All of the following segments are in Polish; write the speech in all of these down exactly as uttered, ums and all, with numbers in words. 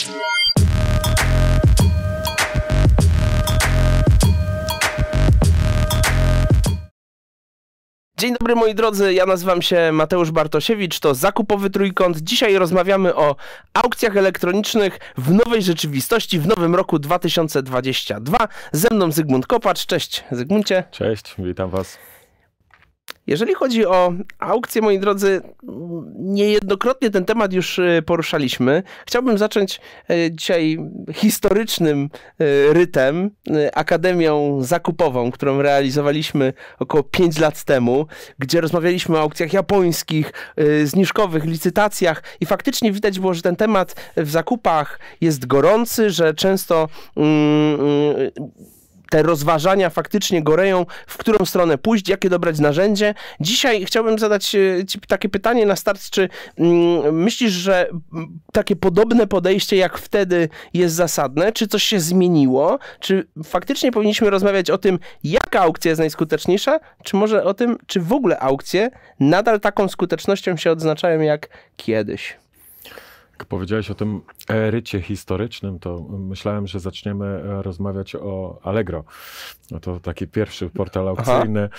Dzień dobry moi drodzy, ja nazywam się Mateusz Bartosiewicz, to Zakupowy Trójkąt. Dzisiaj rozmawiamy o aukcjach elektronicznych w nowej rzeczywistości, w nowym roku dwa tysiące dwudziestym drugim. Ze mną Zygmunt Kopacz. Cześć Zygmuncie. Cześć, witam was. Jeżeli chodzi o aukcje, moi drodzy, niejednokrotnie ten temat już poruszaliśmy. Chciałbym zacząć dzisiaj historycznym rytem, Akademią Zakupową, którą realizowaliśmy około pięć lat temu, gdzie rozmawialiśmy o aukcjach japońskich, zniżkowych, licytacjach i faktycznie widać było, że ten temat w zakupach jest gorący, że często mm, te rozważania faktycznie goreją, w którą stronę pójść, jakie dobrać narzędzie. Dzisiaj chciałbym zadać ci takie pytanie na start, czy mm, myślisz, że takie podobne podejście jak wtedy jest zasadne? Czy coś się zmieniło? Czy faktycznie powinniśmy rozmawiać o tym, jaka aukcja jest najskuteczniejsza? Czy może o tym, czy w ogóle aukcje nadal taką skutecznością się odznaczają jak kiedyś? Jak powiedziałeś o tym rycie historycznym, to myślałem, że zaczniemy rozmawiać o Allegro. No to taki pierwszy portal aukcyjny, Aha.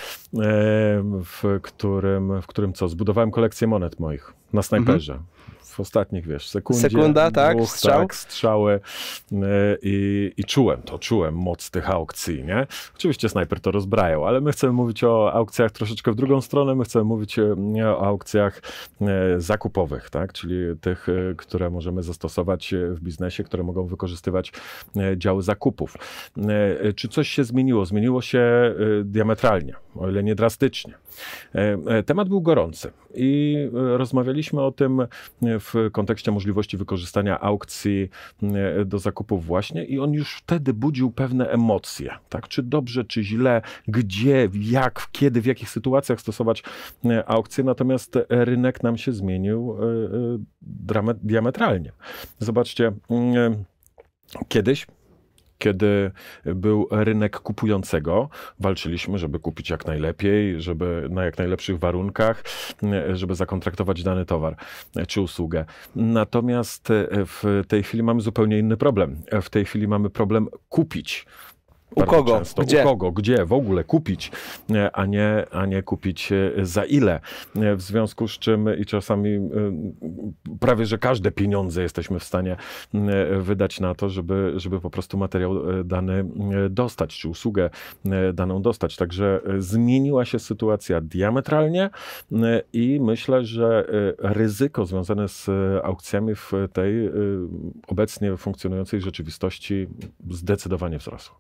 w którym, w którym co? Zbudowałem kolekcję monet moich na snajperze. Mhm. W ostatnich, wiesz, sekundzie. Sekunda, tak, dwóch, strzał. Tak, strzały i, i czułem to, czułem moc tych aukcji, nie? Oczywiście snajper to rozbrajał, ale my chcemy mówić o aukcjach troszeczkę w drugą stronę, my chcemy mówić nie o aukcjach zakupowych, tak? Czyli tych, które możemy zastosować w biznesie, które mogą wykorzystywać działy zakupów. Czy coś się zmieniło? Zmieniło się diametralnie, o ile nie drastycznie. Temat był gorący i rozmawialiśmy o tym w kontekście możliwości wykorzystania aukcji do zakupów właśnie i on już wtedy budził pewne emocje, tak? Czy dobrze, czy źle, gdzie, jak, kiedy, w jakich sytuacjach stosować aukcje, natomiast rynek nam się zmienił diametralnie. Zobaczcie, kiedyś kiedy był rynek kupującego, walczyliśmy, żeby kupić jak najlepiej, żeby na jak najlepszych warunkach, żeby zakontraktować dany towar czy usługę. Natomiast w tej chwili mamy zupełnie inny problem. W tej chwili mamy problem kupić. U kogo? Często. Gdzie? U kogo? Gdzie? W ogóle kupić, a nie, a nie kupić za ile. W związku z czym i czasami prawie, że każde pieniądze jesteśmy w stanie wydać na to, żeby, żeby po prostu materiał dany dostać, czy usługę daną dostać. Także zmieniła się sytuacja diametralnie i myślę, że ryzyko związane z aukcjami w tej obecnie funkcjonującej rzeczywistości zdecydowanie wzrosło.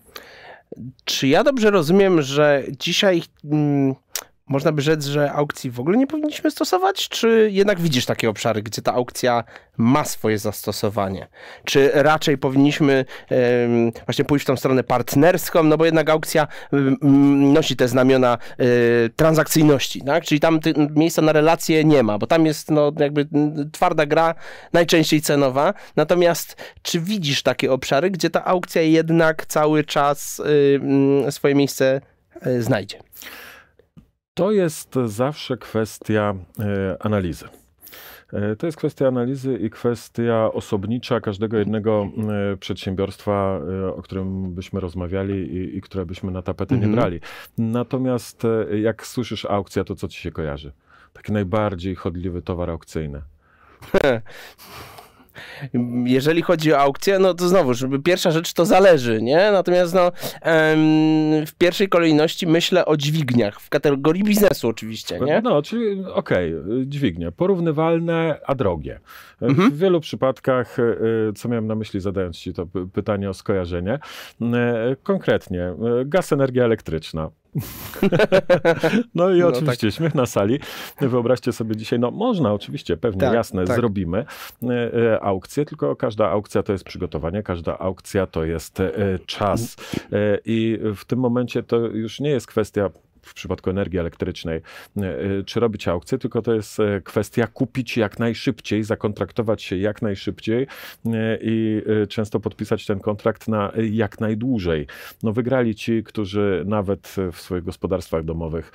Czy ja dobrze rozumiem, że dzisiaj mm, można by rzec, że aukcji w ogóle nie powinniśmy stosować? Czy jednak widzisz takie obszary, gdzie ta aukcja ma swoje zastosowanie? Czy raczej powinniśmy um, właśnie pójść w tą stronę partnerską? No bo jednak aukcja um, nosi te znamiona um, transakcyjności, tak? Czyli tam ty, miejsca na relacje nie ma, bo tam jest no, jakby twarda gra, najczęściej cenowa. Natomiast czy widzisz takie obszary, gdzie ta aukcja jednak cały czas um, swoje miejsce um, znajdzie? To jest zawsze kwestia e, analizy. E, to jest kwestia analizy i kwestia osobnicza każdego jednego e, przedsiębiorstwa, e, o którym byśmy rozmawiali i, i które byśmy na tapetę mhm. nie brali. Natomiast e, jak słyszysz aukcja, to co ci się kojarzy? Taki najbardziej chodliwy towar aukcyjny. Jeżeli chodzi o aukcję, no to znowu, żeby pierwsza rzecz to zależy, nie? Natomiast no, em, w pierwszej kolejności myślę o dźwigniach, w kategorii biznesu oczywiście, nie? No, czyli okej, okay, dźwignie, porównywalne, a drogie. Mhm. W wielu przypadkach, co miałem na myśli zadając ci to pytanie o skojarzenie, konkretnie gaz, energia elektryczna. No i oczywiście no tak. Śmiech na sali. Wyobraźcie sobie dzisiaj, no można oczywiście, pewnie, tak, jasne, tak. zrobimy e, aukcję, tylko każda aukcja to jest przygotowanie, każda aukcja to jest e, czas. E, I w tym momencie to już nie jest kwestia w przypadku energii elektrycznej, czy robić aukcję, tylko to jest kwestia kupić jak najszybciej, zakontraktować się jak najszybciej i często podpisać ten kontrakt na jak najdłużej. No wygrali ci, którzy nawet w swoich gospodarstwach domowych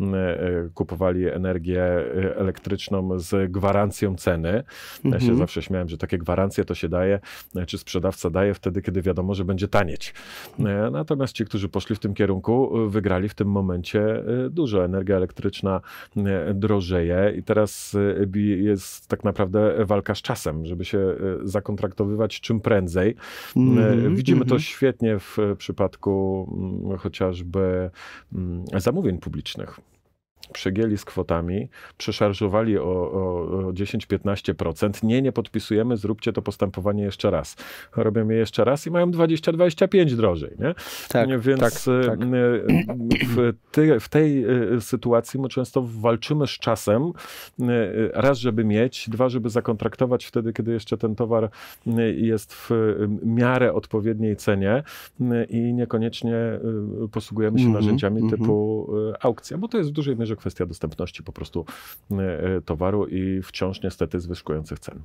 kupowali energię elektryczną z gwarancją ceny. Ja się Mhm. zawsze śmiałem, że takie gwarancje to się daje, czy sprzedawca daje wtedy, kiedy wiadomo, że będzie tanieć. Natomiast ci, którzy poszli w tym kierunku, wygrali w tym momencie dużo. Energia elektryczna drożeje i teraz jest tak naprawdę walka z czasem, żeby się zakontraktowywać czym prędzej. Mhm. Widzimy to Mhm. świetnie w przypadku chociażby zamówień publicznych. Przegięli z kwotami, przeszarżowali o, o, o dziesięć do piętnastu procent. Nie, nie podpisujemy, zróbcie to postępowanie jeszcze raz. Robią je jeszcze raz i mają dwadzieścia do dwudziestu pięciu drożej. Nie? Tak, Więc tak, tak. W, ty, w tej sytuacji my często walczymy z czasem. Raz, żeby mieć, dwa, żeby zakontraktować wtedy, kiedy jeszcze ten towar jest w miarę odpowiedniej cenie i niekoniecznie posługujemy się Mhm, narzędziami mhm. typu aukcja, bo to jest w dużej mierze kwestia dostępności po prostu towaru i wciąż niestety zwyżkujących cen.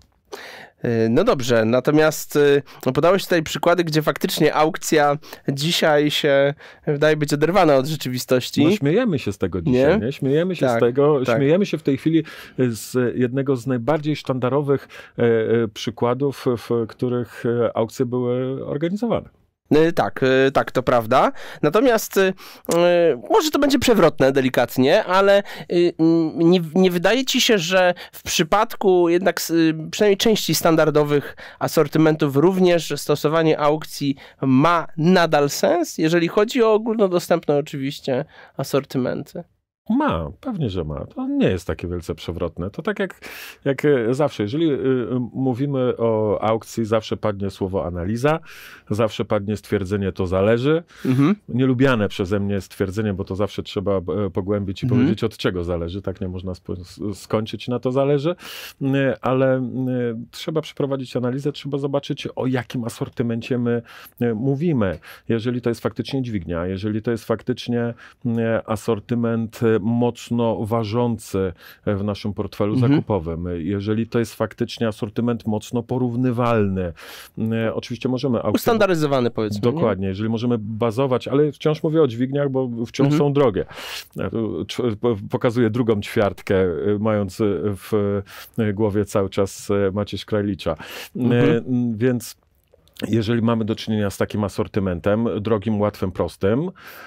No dobrze, natomiast no podałeś tutaj przykłady, gdzie faktycznie aukcja dzisiaj się wydaje być oderwana od rzeczywistości. No śmiejemy się z tego dzisiaj, nie? nie? Śmiejemy się Tak, z tego, tak. śmiejemy się w tej chwili z jednego z najbardziej sztandarowych e, e, przykładów, w których aukcje były organizowane. Tak, tak, to prawda. Natomiast y, może to będzie przewrotne delikatnie, ale y, nie, nie wydaje ci się, że w przypadku jednak y, przynajmniej części standardowych asortymentów również stosowanie aukcji ma nadal sens, jeżeli chodzi o ogólnodostępne oczywiście asortymenty? Ma, pewnie, że ma. To nie jest takie wielce przewrotne. To tak jak, jak zawsze. Jeżeli y, mówimy o aukcji, zawsze padnie słowo analiza, zawsze padnie stwierdzenie to zależy. Mhm. Nielubiane przeze mnie stwierdzenie, bo to zawsze trzeba e, pogłębić i Mhm. powiedzieć, od czego zależy. Tak nie można spo, skończyć na to zależy. Y, ale y, trzeba przeprowadzić analizę, trzeba zobaczyć, o jakim asortymencie my y, mówimy. Jeżeli to jest faktycznie dźwignia, jeżeli to jest faktycznie y, asortyment mocno ważący w naszym portfelu Mhm. zakupowym. Jeżeli to jest faktycznie asortyment mocno porównywalny. E, Oczywiście możemy... aukcje- Ustandaryzowany powiedzmy. Dokładnie. Jeżeli możemy bazować, ale wciąż mówię o dźwigniach, bo wciąż Mhm. są drogie. Ja tu cz- po- pokazuję drugą ćwiartkę, e, mając w e, głowie cały czas e, Macieś Krajlicza. E, Mhm. Więc jeżeli mamy do czynienia z takim asortymentem, drogim, łatwym, prostym,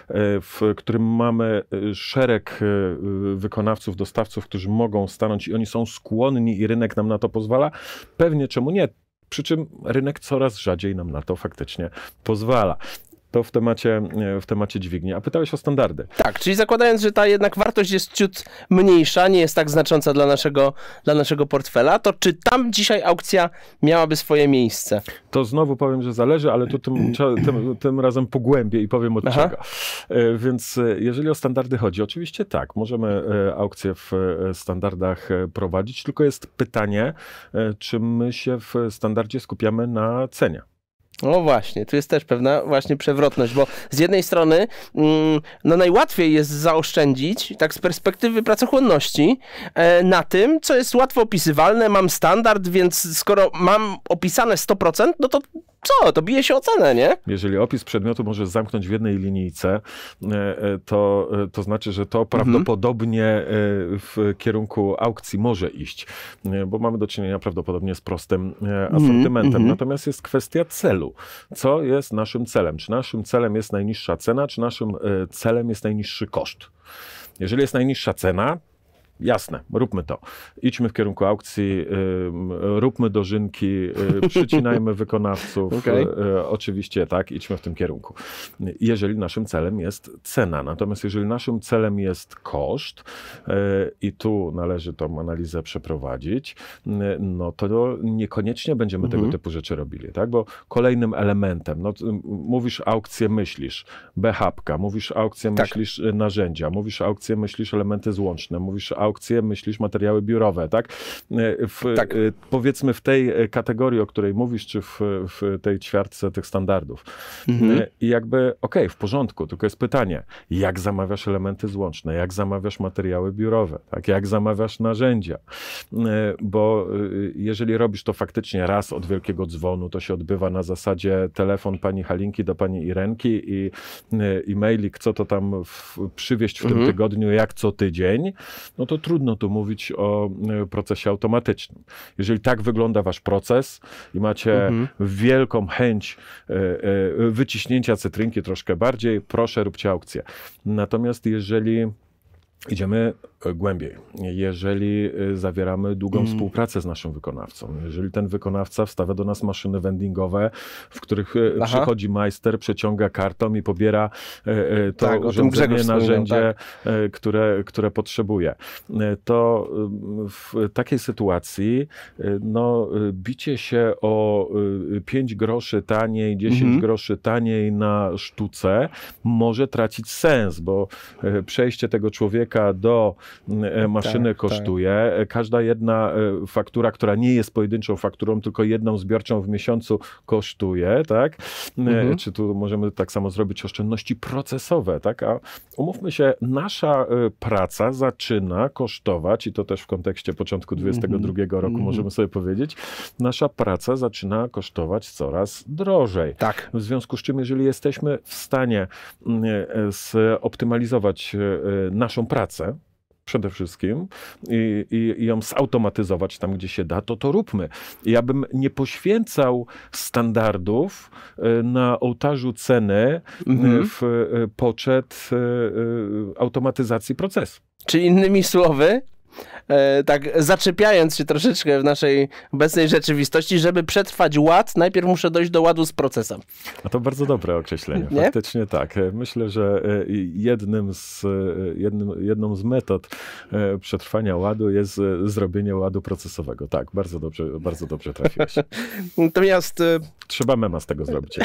w którym mamy szereg wykonawców, dostawców, którzy mogą stanąć i oni są skłonni i rynek nam na to pozwala, pewnie czemu nie? Przy czym rynek coraz rzadziej nam na to faktycznie pozwala. To w temacie, w temacie dźwigni. A pytałeś o standardy. Tak, czyli zakładając, że ta jednak wartość jest ciut mniejsza, nie jest tak znacząca dla naszego, dla naszego portfela, to czy tam dzisiaj aukcja miałaby swoje miejsce? To znowu powiem, że zależy, ale tu tym, tym, tym razem pogłębię i powiem od Aha. czego. E, Więc e, jeżeli o standardy chodzi, oczywiście tak, możemy e, aukcje w e, standardach e, prowadzić, tylko jest pytanie, e, czy my się w standardzie skupiamy na cenie. No właśnie, tu jest też pewna właśnie przewrotność, bo z jednej strony mm, no najłatwiej jest zaoszczędzić, tak z perspektywy pracochłonności, e, na tym, co jest łatwo opisywalne, mam standard, więc skoro mam opisane sto procent, no to co, to bije się o cenę, nie? Jeżeli opis przedmiotu możesz zamknąć w jednej linijce, e, e, to, e, to znaczy, że to prawdopodobnie e, w kierunku aukcji może iść, e, bo mamy do czynienia prawdopodobnie z prostym e, asortymentem. Mhm. Natomiast jest kwestia celu. Co jest naszym celem? Czy naszym celem jest najniższa cena, czy naszym e, celem jest najniższy koszt? Jeżeli jest najniższa cena, jasne, róbmy to. Idźmy w kierunku aukcji, y, róbmy dożynki, y, przycinajmy wykonawców. Okay. Y, oczywiście tak, idźmy w tym kierunku. Jeżeli naszym celem jest cena. Natomiast jeżeli naszym celem jest koszt y, i tu należy tą analizę przeprowadzić, y, no to niekoniecznie będziemy Mhm. tego typu rzeczy robili. Tak? Bo kolejnym elementem, no, y, mówisz aukcję, myślisz B H P K, mówisz aukcję, Tak. myślisz y, narzędzia, mówisz aukcję, myślisz elementy złączne, mówisz aukcję myślisz materiały biurowe, tak? W, tak. Powiedzmy w tej kategorii, o której mówisz, czy w, w tej ćwiartce tych standardów. Mhm. I jakby, okej, okay, w porządku, tylko jest pytanie, jak zamawiasz elementy złączne, jak zamawiasz materiały biurowe, tak? Jak zamawiasz narzędzia, bo jeżeli robisz to faktycznie raz od wielkiego dzwonu, to się odbywa na zasadzie telefon pani Halinki do pani Irenki i e-mailik, co to tam w, przywieźć w mhm. tym tygodniu, jak co tydzień, no to trudno tu mówić o procesie automatycznym. Jeżeli tak wygląda wasz proces i macie mhm. wielką chęć e, e, wyciśnięcia cytrynki troszkę bardziej, proszę, róbcie aukcję. Natomiast jeżeli idziemy głębiej. Jeżeli zawieramy długą mm. współpracę z naszym wykonawcą, jeżeli ten wykonawca wstawia do nas maszyny vendingowe, w których Aha. przychodzi majster, przeciąga kartą i pobiera to tak, urządzenie, narzędzie, tak. które, które potrzebuje, to w takiej sytuacji no, bicie się o pięć groszy taniej, dziesięć mm. groszy taniej na sztuce może tracić sens, bo przejście tego człowieka do maszyny tak, kosztuje. Tak. Każda jedna faktura, która nie jest pojedynczą fakturą, tylko jedną zbiorczą w miesiącu kosztuje, tak? Mhm. Czy tu możemy tak samo zrobić oszczędności procesowe, tak? A umówmy się, nasza praca zaczyna kosztować, i to też w kontekście początku dwudziestego drugiego roku mhm. możemy sobie powiedzieć, nasza praca zaczyna kosztować coraz drożej. Tak. W związku z czym, jeżeli jesteśmy w stanie zoptymalizować naszą pracę, przede wszystkim i, i, i ją zautomatyzować tam, gdzie się da, to to róbmy. Ja bym nie poświęcał standardów na ołtarzu ceny mhm. w poczet automatyzacji procesu. Czyli innymi słowy, E, tak zaczepiając się troszeczkę w naszej obecnej rzeczywistości, żeby przetrwać ład, najpierw muszę dojść do ładu z procesem. A to bardzo dobre określenie. Nie? Faktycznie tak. Myślę, że jednym z, jednym, jedną z metod przetrwania ładu jest zrobienie ładu procesowego. Tak, bardzo dobrze, bardzo dobrze trafiłeś. Natomiast... Trzeba mema z tego zrobić.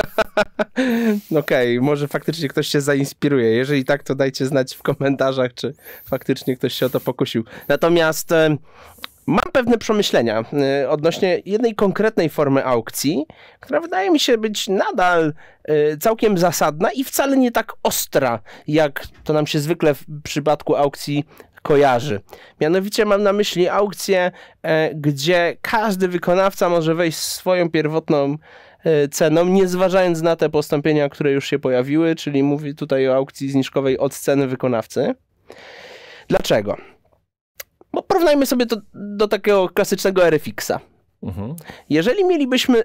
Okej, okay, może faktycznie ktoś się zainspiruje. Jeżeli tak, to dajcie znać w komentarzach, czy faktycznie ktoś się o to pokusił. Natomiast e, mam pewne przemyślenia e, odnośnie jednej konkretnej formy aukcji, która wydaje mi się być nadal e, całkiem zasadna i wcale nie tak ostra, jak to nam się zwykle w przypadku aukcji kojarzy. Mianowicie mam na myśli aukcję, e, gdzie każdy wykonawca może wejść swoją pierwotną e, ceną, nie zważając na te postąpienia, które już się pojawiły, czyli mówię tutaj o aukcji zniżkowej od ceny wykonawcy. Dlaczego? Bo porównajmy sobie to do takiego klasycznego R F X-a. Mhm. Jeżeli mielibyśmy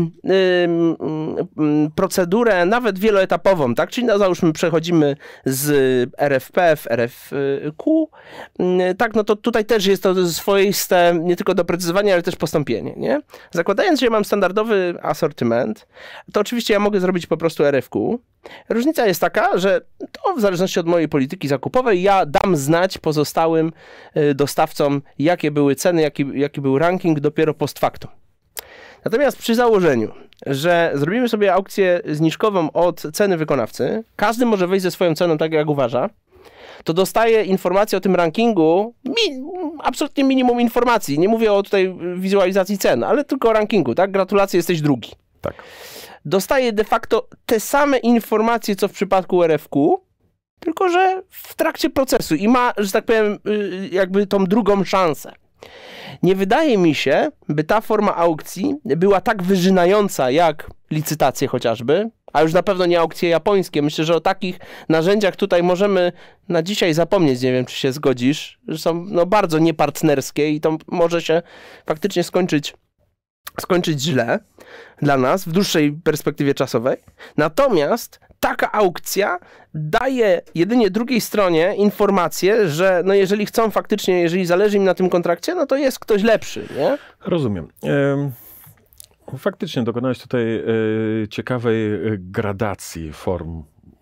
procedurę nawet wieloetapową, tak? Czyli no, załóżmy przechodzimy z R F P w R F Q, tak, no to tutaj też jest to swoiste nie tylko doprecyzowanie, ale też postąpienie, nie? Zakładając, że ja mam standardowy asortyment, to oczywiście ja mogę zrobić po prostu R F Q. Różnica jest taka, że to w zależności od mojej polityki zakupowej ja dam znać pozostałym dostawcom, jakie były ceny, jaki, jaki był ranking dopiero post factum. Natomiast przy założeniu, że zrobimy sobie aukcję zniżkową od ceny wykonawcy, każdy może wejść ze swoją ceną tak, jak uważa, to dostaje informację o tym rankingu, mi, absolutnie minimum informacji. Nie mówię o tutaj wizualizacji cen, ale tylko o rankingu, tak? Gratulacje, jesteś drugi. Tak. Dostaje de facto te same informacje, co w przypadku R F Q, tylko że w trakcie procesu i ma, że tak powiem, jakby tą drugą szansę. Nie wydaje mi się, by ta forma aukcji była tak wyżynająca jak licytacje chociażby, a już na pewno nie aukcje japońskie. Myślę, że o takich narzędziach tutaj możemy na dzisiaj zapomnieć. Nie wiem, czy się zgodzisz, że są no, bardzo niepartnerskie i to może się faktycznie skończyć skończyć źle dla nas w dłuższej perspektywie czasowej. Natomiast taka aukcja daje jedynie drugiej stronie informację, że no jeżeli chcą faktycznie, jeżeli zależy im na tym kontrakcie, no to jest ktoś lepszy, nie? Rozumiem. Ym... Faktycznie dokonałeś tutaj y, ciekawej gradacji form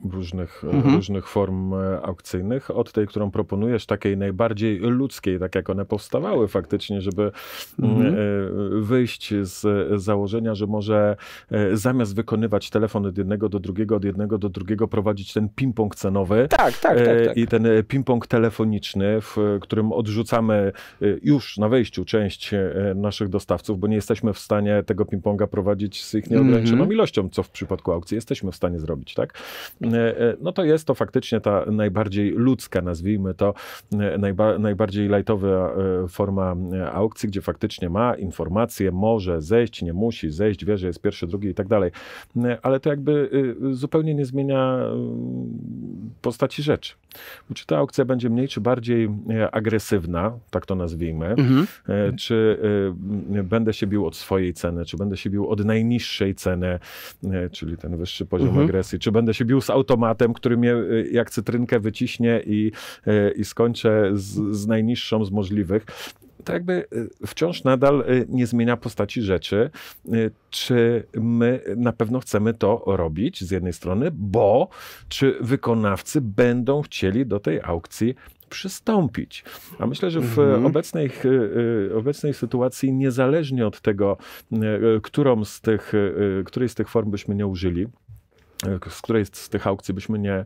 różnych, mhm. różnych form aukcyjnych. Od tej, którą proponujesz, takiej najbardziej ludzkiej, tak jak one powstawały faktycznie, żeby mhm. wyjść z założenia, że może zamiast wykonywać telefon od jednego do drugiego, od jednego do drugiego prowadzić ten ping-pong cenowy. Tak, tak, tak, tak. I ten ping-pong telefoniczny, w którym odrzucamy już na wejściu część naszych dostawców, bo nie jesteśmy w stanie tego ping-ponga prowadzić z ich nieograniczoną mm-hmm. ilością, co w przypadku aukcji jesteśmy w stanie zrobić, tak? No to jest to faktycznie ta najbardziej ludzka, nazwijmy to, najba, najbardziej lightowa forma aukcji, gdzie faktycznie ma informacje, może zejść, nie musi zejść, wie, że jest pierwszy, drugi i tak dalej. Ale to jakby zupełnie nie zmienia postaci rzeczy. Czy ta aukcja będzie mniej, czy bardziej agresywna, tak to nazwijmy, mhm. czy będę się bił od swojej ceny, czy będę się bił od najniższej ceny, czyli ten wyższy poziom mhm. agresji, czy będę się bił z automatem, który mnie jak cytrynkę wyciśnie i, i skończę z, z najniższą z możliwych. To jakby wciąż nadal nie zmienia postaci rzeczy, czy my na pewno chcemy to robić z jednej strony, bo czy wykonawcy będą chcieli do tej aukcji przystąpić. A myślę, że w mhm. obecnej, obecnej sytuacji, niezależnie od tego, którą z tych, której z tych form byśmy nie użyli, z której z tych aukcji byśmy nie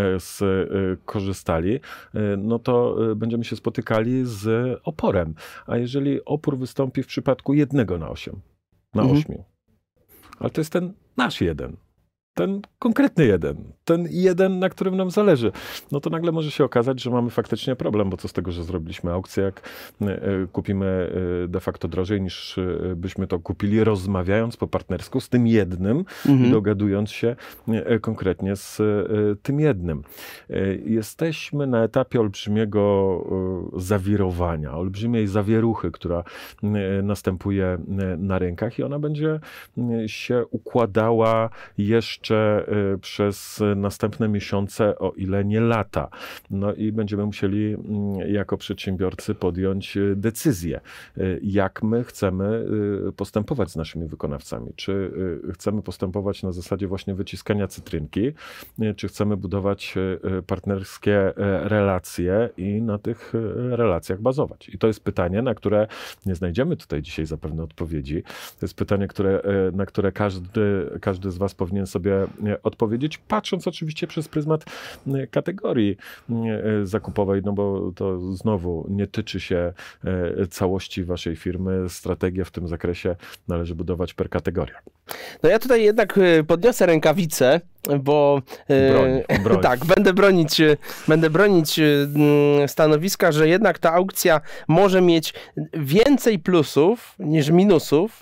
skorzystali, no to będziemy się spotykali z oporem. A jeżeli opór wystąpi w przypadku jednego na osiem, na mhm. ośmiu, ale to jest ten nasz jeden, ten konkretny jeden, ten jeden, na którym nam zależy, no to nagle może się okazać, że mamy faktycznie problem, bo co z tego, że zrobiliśmy aukcję, jak kupimy de facto drożej niż byśmy to kupili, rozmawiając po partnersku z tym jednym mhm. i dogadując się konkretnie z tym jednym. Jesteśmy na etapie olbrzymiego zawirowania, olbrzymiej zawieruchy, która następuje na rynkach i ona będzie się układała jeszcze przez następne miesiące, o ile nie lata. No i będziemy musieli jako przedsiębiorcy podjąć decyzję, jak my chcemy postępować z naszymi wykonawcami. Czy chcemy postępować na zasadzie właśnie wyciskania cytrynki, czy chcemy budować partnerskie relacje i na tych relacjach bazować. I to jest pytanie, na które nie znajdziemy tutaj dzisiaj zapewne odpowiedzi. To jest pytanie, które, na które każdy, każdy z was powinien sobie odpowiedzieć, patrząc oczywiście przez pryzmat kategorii zakupowej, no bo to znowu nie tyczy się całości waszej firmy. Strategię w tym zakresie należy budować per kategoria. No ja tutaj jednak podniosę rękawice, bo broń, broń. tak, będę bronić, będę bronić stanowiska, że jednak ta aukcja może mieć więcej plusów niż minusów,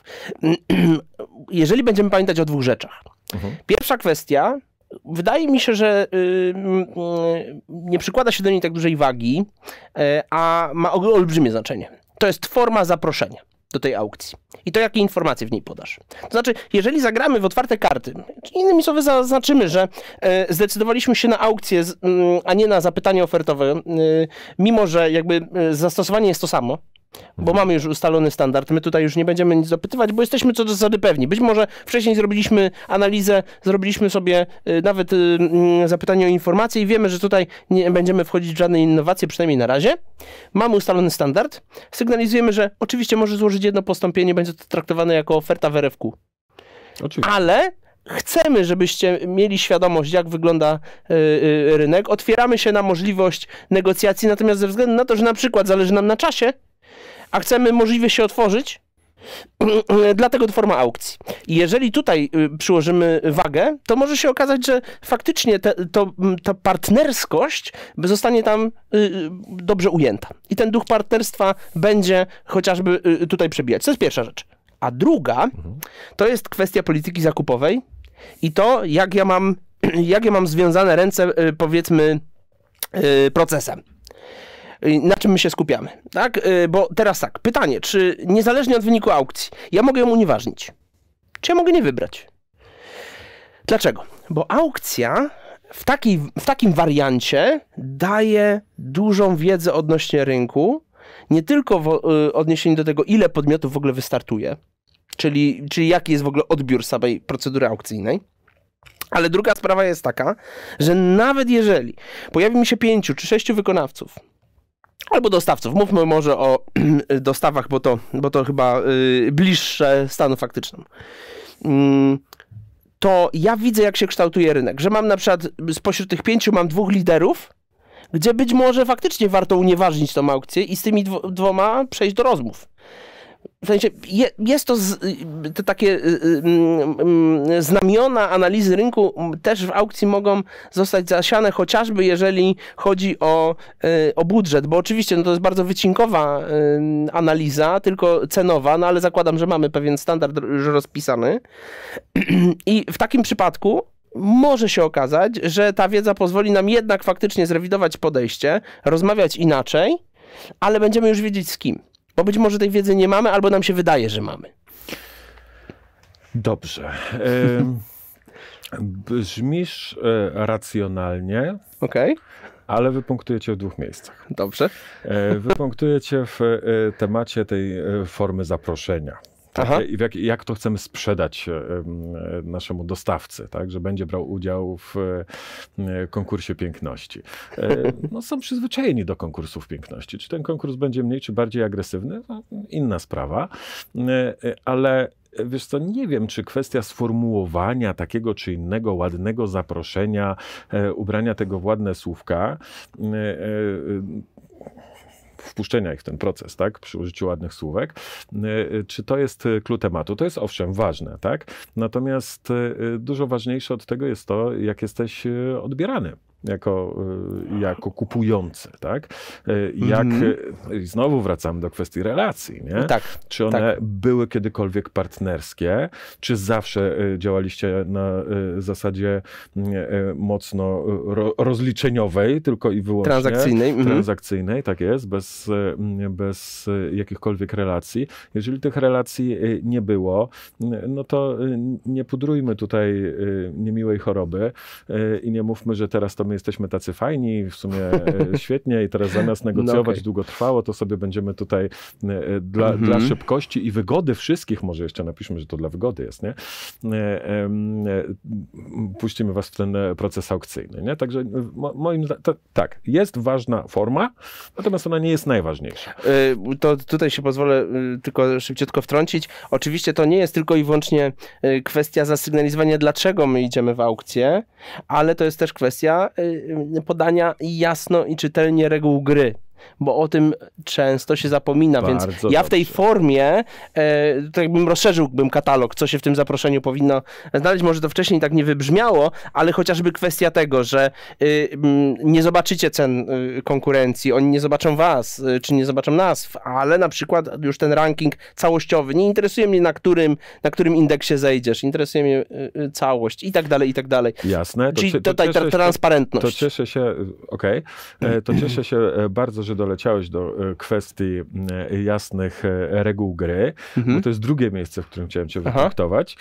jeżeli będziemy pamiętać o dwóch rzeczach. Mhm. Pierwsza kwestia, wydaje mi się, że nie przykłada się do niej tak dużej wagi, a ma olbrzymie znaczenie. To jest forma zaproszenia do tej aukcji. I to, jakie informacje w niej podasz. To znaczy, jeżeli zagramy w otwarte karty, innymi słowy zaznaczymy, że e, zdecydowaliśmy się na aukcję, z, m, a nie na zapytanie ofertowe, e, mimo że jakby e, zastosowanie jest to samo, bo mamy już ustalony standard, my tutaj już nie będziemy nic dopytywać, bo jesteśmy co do zasady pewni. Być może wcześniej zrobiliśmy analizę, zrobiliśmy sobie y, nawet y, y, zapytanie o informacje i wiemy, że tutaj nie będziemy wchodzić w żadne innowacje, przynajmniej na razie. Mamy ustalony standard, sygnalizujemy, że oczywiście może złożyć jedno postąpienie, będzie to traktowane jako oferta w R F Q. Oczywiście. Ale chcemy, żebyście mieli świadomość, jak wygląda y, y, rynek. Otwieramy się na możliwość negocjacji, natomiast ze względu na to, że na przykład zależy nam na czasie, a chcemy możliwie się otworzyć, dlatego to forma aukcji. I jeżeli tutaj przyłożymy wagę, to może się okazać, że faktycznie te, to, ta partnerskość zostanie tam dobrze ujęta. I ten duch partnerstwa będzie chociażby tutaj przebijać. To jest pierwsza rzecz. A druga, to jest kwestia polityki zakupowej i to, jak ja mam, jak ja mam związane ręce, powiedzmy, procesem. Na czym my się skupiamy, tak? Bo teraz tak, pytanie, czy niezależnie od wyniku aukcji, ja mogę ją unieważnić? Czy ja mogę nie wybrać? Dlaczego? Bo aukcja w, takiej, w takim wariancie daje dużą wiedzę odnośnie rynku, nie tylko w odniesieniu do tego, ile podmiotów w ogóle wystartuje, czyli, czyli jaki jest w ogóle odbiór samej procedury aukcyjnej, Ale druga sprawa jest taka, że nawet jeżeli pojawi mi się pięciu czy sześciu wykonawców, albo dostawców, mówmy może o dostawach, bo to, bo to chyba y, bliższe stanu faktycznym, y, to ja widzę, jak się kształtuje rynek, że mam na przykład spośród tych pięciu mam dwóch liderów, gdzie być może faktycznie warto unieważnić tą aukcję i z tymi dwo, dwoma przejść do rozmów. W sensie je, jest to z, te takie y, y, y, znamiona analizy rynku też w aukcji mogą zostać zasiane, chociażby jeżeli chodzi o, y, o budżet, bo oczywiście no to jest bardzo wycinkowa y, analiza, tylko cenowa, no ale zakładam, że mamy pewien standard już rozpisany i w takim przypadku może się okazać, że ta wiedza pozwoli nam jednak faktycznie zrewidować podejście, rozmawiać inaczej, ale będziemy już wiedzieć z kim. Bo być może tej wiedzy nie mamy, albo nam się wydaje, że mamy. Dobrze. Brzmisz racjonalnie, okay. ale wypunktuję cię w dwóch miejscach. Dobrze. Wypunktuję cię w temacie tej formy zaproszenia. Tak? I jak, jak to chcemy sprzedać naszemu dostawcy, tak? Że będzie brał udział w konkursie piękności. No, są przyzwyczajeni do konkursów piękności. Czy ten konkurs będzie mniej, czy bardziej agresywny? No, inna sprawa. Ale wiesz co, nie wiem, czy kwestia sformułowania takiego czy innego ładnego zaproszenia, ubrania tego w ładne słówka, wpuszczenia ich w ten proces, tak, przy użyciu ładnych słówek, czy to jest klucz tematu. To jest owszem ważne, tak, natomiast dużo ważniejsze od tego jest to, jak jesteś odbierany jako, jako kupujący, tak? Jak, mm-hmm. znowu wracamy do kwestii relacji, nie? Tak, czy one tak. były kiedykolwiek partnerskie, czy zawsze działaliście na zasadzie mocno rozliczeniowej, tylko i wyłącznie transakcyjnej, transakcyjnej, mm-hmm. tak jest, bez, bez jakichkolwiek relacji. Jeżeli tych relacji nie było, no to nie pudrujmy tutaj niemiłej choroby i nie mówmy, że teraz to my jesteśmy tacy fajni, w sumie świetnie i teraz zamiast negocjować no okay. długotrwało, to sobie będziemy tutaj dla, mm-hmm. dla szybkości i wygody wszystkich, może jeszcze napiszmy, że to dla wygody jest, nie? Puścimy was w ten proces aukcyjny, nie? Także moim zdaniem, tak, jest ważna forma, natomiast ona nie jest najważniejsza. To tutaj się pozwolę tylko szybciutko wtrącić. Oczywiście to nie jest tylko i wyłącznie kwestia zasygnalizowania, dlaczego my idziemy w aukcję, ale to jest też kwestia podania jasno i czytelnie reguł gry. Bo o tym często się zapomina, Bardzo więc ja w tej dobrze. formie, e, to jakbym rozszerzyłbym katalog, co się w tym zaproszeniu powinno znaleźć. Może to wcześniej tak nie wybrzmiało, ale chociażby kwestia tego, że y, nie zobaczycie cen y, konkurencji, oni nie zobaczą was, y, czy nie zobaczą nazw, ale na przykład już ten ranking całościowy. Nie interesuje mnie, na którym, na którym indeksie zejdziesz, interesuje mnie y, y, całość i tak dalej, i tak dalej. Jasne. Czyli to, to tutaj ta transparentność. To, to cieszę się, okej, okay. to cieszę się bardzo, że doleciałeś do kwestii jasnych reguł gry, mhm. bo to jest drugie miejsce, w którym chciałem cię wypunktować.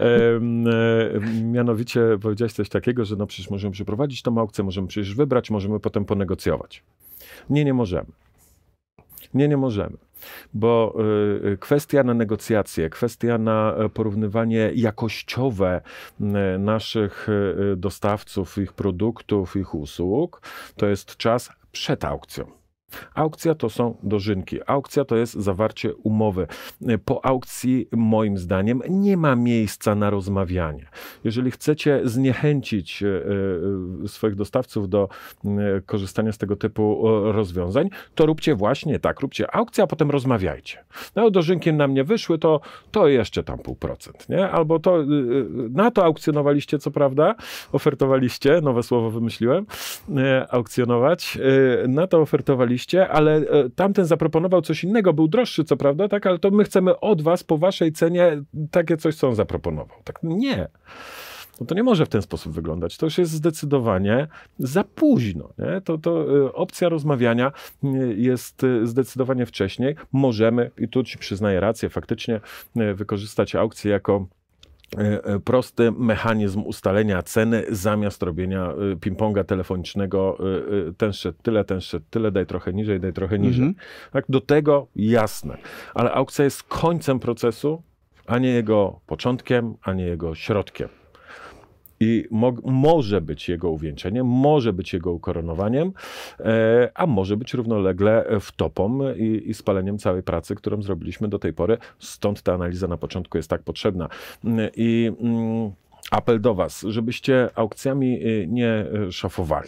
Mianowicie powiedziałeś coś takiego, że no przecież możemy przeprowadzić tą aukcję, możemy przecież wybrać, możemy potem ponegocjować. Nie, nie możemy. Nie, nie możemy. Bo y, kwestia na negocjacje, kwestia na porównywanie jakościowe y, naszych y, dostawców, ich produktów, ich usług, to jest czas przed aukcją. Aukcja to są dożynki. Aukcja to jest zawarcie umowy. Po aukcji, moim zdaniem, nie ma miejsca na rozmawianie. Jeżeli chcecie zniechęcić swoich dostawców do korzystania z tego typu rozwiązań, to róbcie właśnie tak. Róbcie aukcję, a potem rozmawiajcie. No, dożynki nam nie wyszły, to, to jeszcze tam pół procent, nie? Albo to, na to aukcjonowaliście, co prawda, ofertowaliście, nowe słowo wymyśliłem, aukcjonować, na to ofertowaliście, ale tamten zaproponował coś innego, był droższy, co prawda, tak, ale to my chcemy od was po waszej cenie takie coś, co on zaproponował. Tak, nie. No to nie może w ten sposób wyglądać. To już jest zdecydowanie za późno. Nie? To, to opcja rozmawiania jest zdecydowanie wcześniej. Możemy, i tu ci przyznaję rację, faktycznie wykorzystać aukcję jako prosty mechanizm ustalenia ceny zamiast robienia ping-ponga telefonicznego. Ten szedł tyle, ten szedł tyle, daj trochę niżej, daj trochę niżej. Mm-hmm. Tak, do tego jasne. Ale aukcja jest końcem procesu, a nie jego początkiem, a nie jego środkiem. I mo może być jego uwieńczeniem, może być jego ukoronowaniem, e, a może być równolegle wtopą i, i spaleniem całej pracy, którą zrobiliśmy do tej pory. Stąd ta analiza na początku jest tak potrzebna. I mm, apel do was, żebyście aukcjami nie szafowali.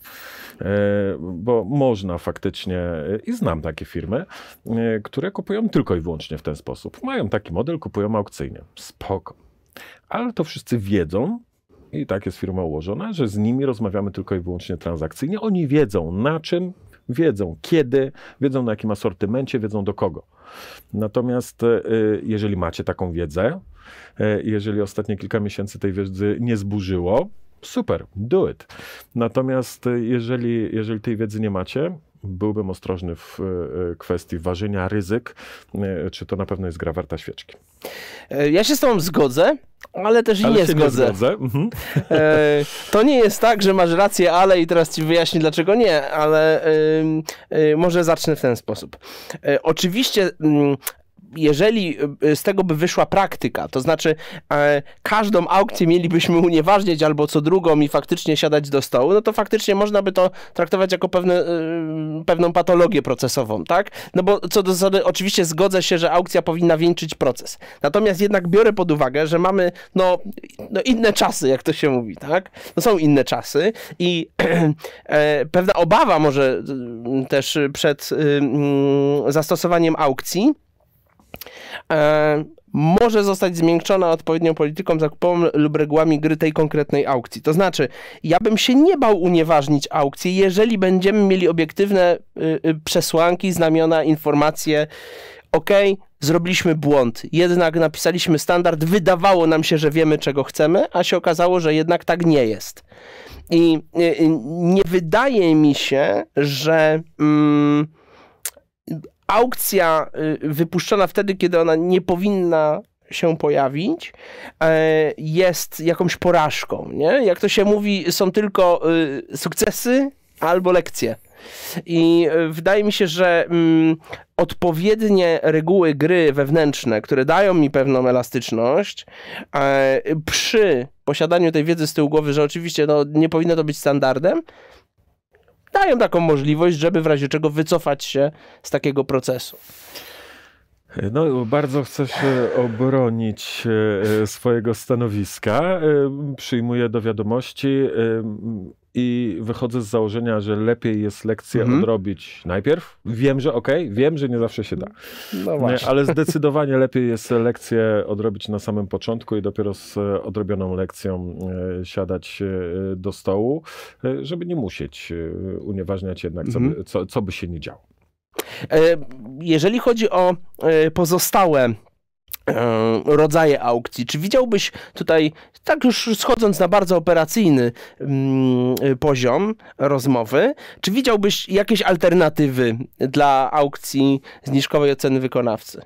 Bo można faktycznie, i znam takie firmy, które kupują tylko i wyłącznie w ten sposób. Mają taki model, kupują aukcyjnie. Spoko. Ale to wszyscy wiedzą, i tak jest firma ułożona, że z nimi rozmawiamy tylko i wyłącznie transakcyjnie. Oni wiedzą na czym, wiedzą kiedy, wiedzą na jakim asortymencie, wiedzą do kogo. Natomiast jeżeli macie taką wiedzę, jeżeli ostatnie kilka miesięcy tej wiedzy nie zburzyło, super, do it. Natomiast jeżeli, jeżeli tej wiedzy nie macie, byłbym ostrożny w kwestii ważenia ryzyk, czy to na pewno jest gra warta świeczki. Ja się z tobą zgodzę, ale też i ale nie się zgodzę. Nie zgodzę. Mhm. E, to nie jest tak, że masz rację, ale i teraz ci wyjaśnię dlaczego nie, ale y, y, może zacznę w ten sposób. E, oczywiście y, jeżeli z tego by wyszła praktyka, to znaczy e, każdą aukcję mielibyśmy unieważniać albo co drugą i faktycznie siadać do stołu, no to faktycznie można by to traktować jako pewne, e, pewną patologię procesową, tak? No bo co do zasady oczywiście zgodzę się, że aukcja powinna wieńczyć proces. Natomiast jednak biorę pod uwagę, że mamy no, no inne czasy, jak to się mówi, tak? No są inne czasy i e, pewna obawa może też przed e, zastosowaniem aukcji E, może zostać zmiękczona odpowiednią polityką zakupową lub regułami gry tej konkretnej aukcji. To znaczy, ja bym się nie bał unieważnić aukcji, jeżeli będziemy mieli obiektywne y, y, przesłanki, znamiona, informacje. Okej, zrobiliśmy błąd, jednak napisaliśmy standard, wydawało nam się, że wiemy, czego chcemy, a się okazało, że jednak tak nie jest. I y, y, nie wydaje mi się, że... Mm, aukcja wypuszczona wtedy, kiedy ona nie powinna się pojawić, jest jakąś porażką, nie? Jak to się mówi, są tylko sukcesy albo lekcje. I wydaje mi się, że mm, odpowiednie reguły gry wewnętrzne, które dają mi pewną elastyczność, e, przy posiadaniu tej wiedzy z tyłu głowy, że oczywiście no, nie powinno to być standardem, dają taką możliwość, żeby w razie czego wycofać się z takiego procesu. No, bardzo chcę się obronić swojego stanowiska. Przyjmuję do wiadomości i wychodzę z założenia, że lepiej jest lekcję mhm. odrobić najpierw. Wiem, że okej, okay, wiem, że nie zawsze się da. No właśnie. Ale zdecydowanie lepiej jest lekcję odrobić na samym początku i dopiero z odrobioną lekcją siadać do stołu, żeby nie musieć unieważniać jednak, co, mhm. by, co, co by się nie działo. Jeżeli chodzi o pozostałe rodzaje aukcji, czy widziałbyś tutaj, tak już schodząc na bardzo operacyjny mm, poziom rozmowy, czy widziałbyś jakieś alternatywy dla aukcji zniżkowej oceny wykonawcy?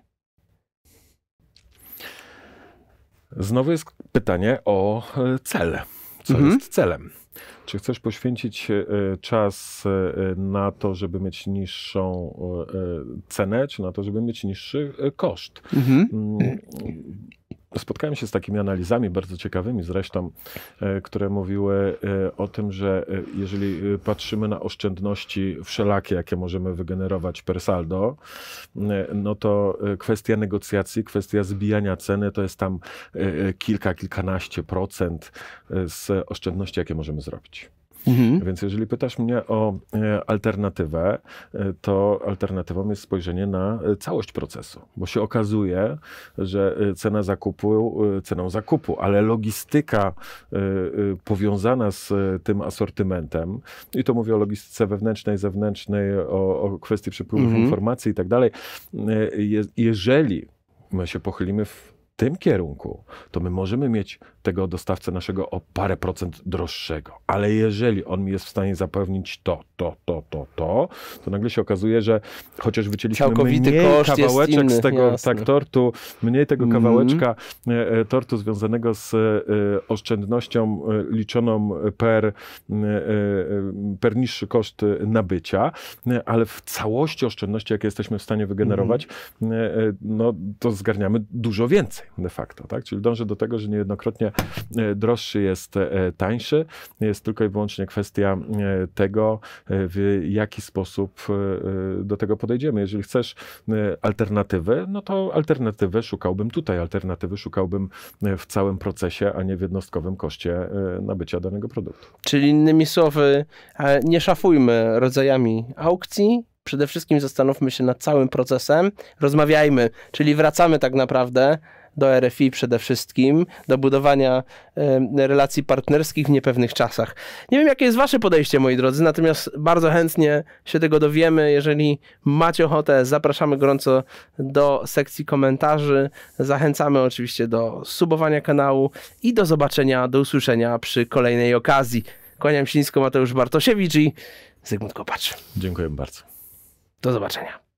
Znowu jest pytanie o cel. Co mhm. jest celem? Czy chcesz poświęcić czas na to, żeby mieć niższą cenę, czy na to, żeby mieć niższy koszt? Mhm. Spotkałem się z takimi analizami, bardzo ciekawymi zresztą, które mówiły o tym, że jeżeli patrzymy na oszczędności wszelakie, jakie możemy wygenerować per saldo, no to kwestia negocjacji, kwestia zbijania ceny to jest tam kilka, kilkanaście procent z oszczędności, jakie możemy zrobić. Mhm. Więc jeżeli pytasz mnie o e, alternatywę, e, to alternatywą jest spojrzenie na e, całość procesu, bo się okazuje, że e, cena zakupu, e, ceną zakupu, ale logistyka e, e, powiązana z e, tym asortymentem, i to mówię o logistyce wewnętrznej, zewnętrznej, o, o kwestii przepływów mhm. informacji i tak dalej, e, je, jeżeli my się pochylimy w tym kierunku, to my możemy mieć tego dostawcę naszego o parę procent droższego. Ale jeżeli on mi jest w stanie zapewnić to, to, to, to, to, to nagle się okazuje, że chociaż wycięliśmy całkowity mniej koszt kawałeczek jest inny, z tego jasne. tak, tortu, mniej tego mm. kawałeczka e, tortu związanego z e, oszczędnością e, liczoną per, e, per niższy koszt nabycia, e, ale w całości oszczędności, jakie jesteśmy w stanie wygenerować, mm. e, no to zgarniamy dużo więcej. de facto, tak? Czyli dążę do tego, że niejednokrotnie droższy jest tańszy, jest tylko i wyłącznie kwestia tego, w jaki sposób do tego podejdziemy. Jeżeli chcesz alternatywy, no to alternatywy szukałbym tutaj, alternatywy szukałbym w całym procesie, a nie w jednostkowym koszcie nabycia danego produktu. Czyli innymi słowy, nie szafujmy rodzajami aukcji, przede wszystkim zastanówmy się nad całym procesem, rozmawiajmy, czyli wracamy tak naprawdę do R F I przede wszystkim, do budowania y, relacji partnerskich w niepewnych czasach. Nie wiem, jakie jest wasze podejście, moi drodzy, natomiast bardzo chętnie się tego dowiemy. Jeżeli macie ochotę, zapraszamy gorąco do sekcji komentarzy. Zachęcamy oczywiście do subowania kanału i do zobaczenia, do usłyszenia przy kolejnej okazji. Kłaniam się nisko, Mateusz Bartosiewicz i Zygmunt Kopacz. Dziękuję bardzo. Do zobaczenia.